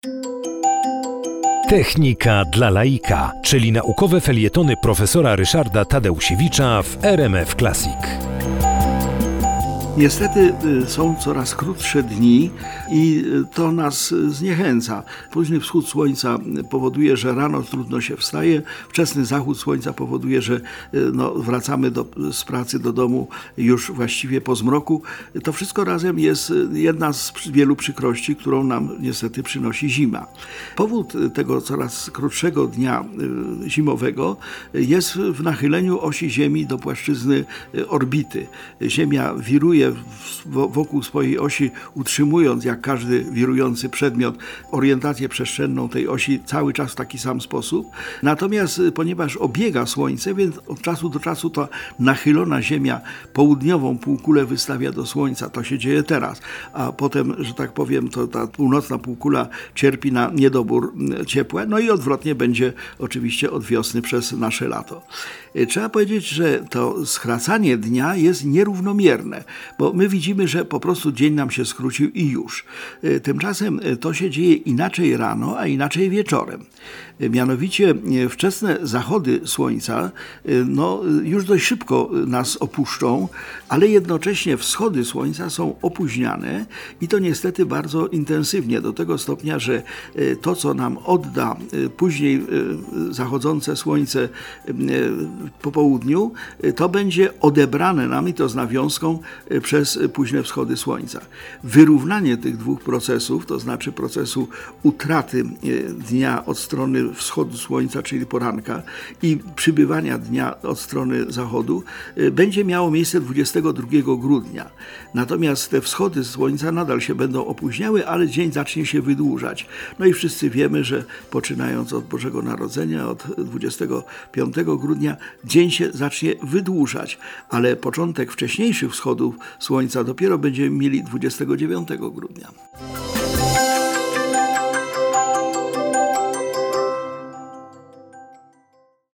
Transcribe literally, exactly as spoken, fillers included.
Technika dla laika, czyli naukowe felietony profesora Ryszarda Tadeusiewicza w R M F Classic. Niestety są coraz krótsze dni i to nas zniechęca. Późny wschód słońca powoduje, że rano trudno się wstaje, wczesny zachód słońca powoduje, że no, wracamy do, z pracy do domu już właściwie po zmroku. To wszystko razem jest jedna z wielu przykrości, którą nam niestety przynosi zima. Powód tego coraz krótszego dnia zimowego jest w nachyleniu osi Ziemi do płaszczyzny orbity. Ziemia wiruje wokół swojej osi, utrzymując jak każdy wirujący przedmiot orientację przestrzenną tej osi cały czas w taki sam sposób. Natomiast ponieważ obiega Słońce, więc od czasu do czasu ta nachylona Ziemia południową półkulę wystawia do Słońca. To się dzieje teraz. A potem, że tak powiem, to ta północna półkula cierpi na niedobór ciepła. No i odwrotnie będzie oczywiście od wiosny przez nasze lato. Trzeba powiedzieć, że to skracanie dnia jest nierównomierne, bo my widzimy, że po prostu dzień nam się skrócił i już. Tymczasem to się dzieje inaczej rano, a inaczej wieczorem. Mianowicie wczesne zachody słońca no, już dość szybko nas opuszczą, ale jednocześnie wschody słońca są opóźniane i to niestety bardzo intensywnie, do tego stopnia, że to, co nam odda później zachodzące słońce po południu, to będzie odebrane nam, i to z nawiązką, przez późne wschody słońca. Wyrównanie tych dwóch procesów, to znaczy procesu utraty dnia od strony wschodu słońca, czyli poranka, i przybywania dnia od strony zachodu, będzie miało miejsce dwudziestego drugiego grudnia. Natomiast te wschody słońca nadal się będą opóźniały, ale dzień zacznie się wydłużać. No i wszyscy wiemy, że poczynając od Bożego Narodzenia, od dwudziestego piątego grudnia, dzień się zacznie wydłużać, ale początek wcześniejszych wschodów słońca dopiero będziemy mieli dwudziestego dziewiątego grudnia.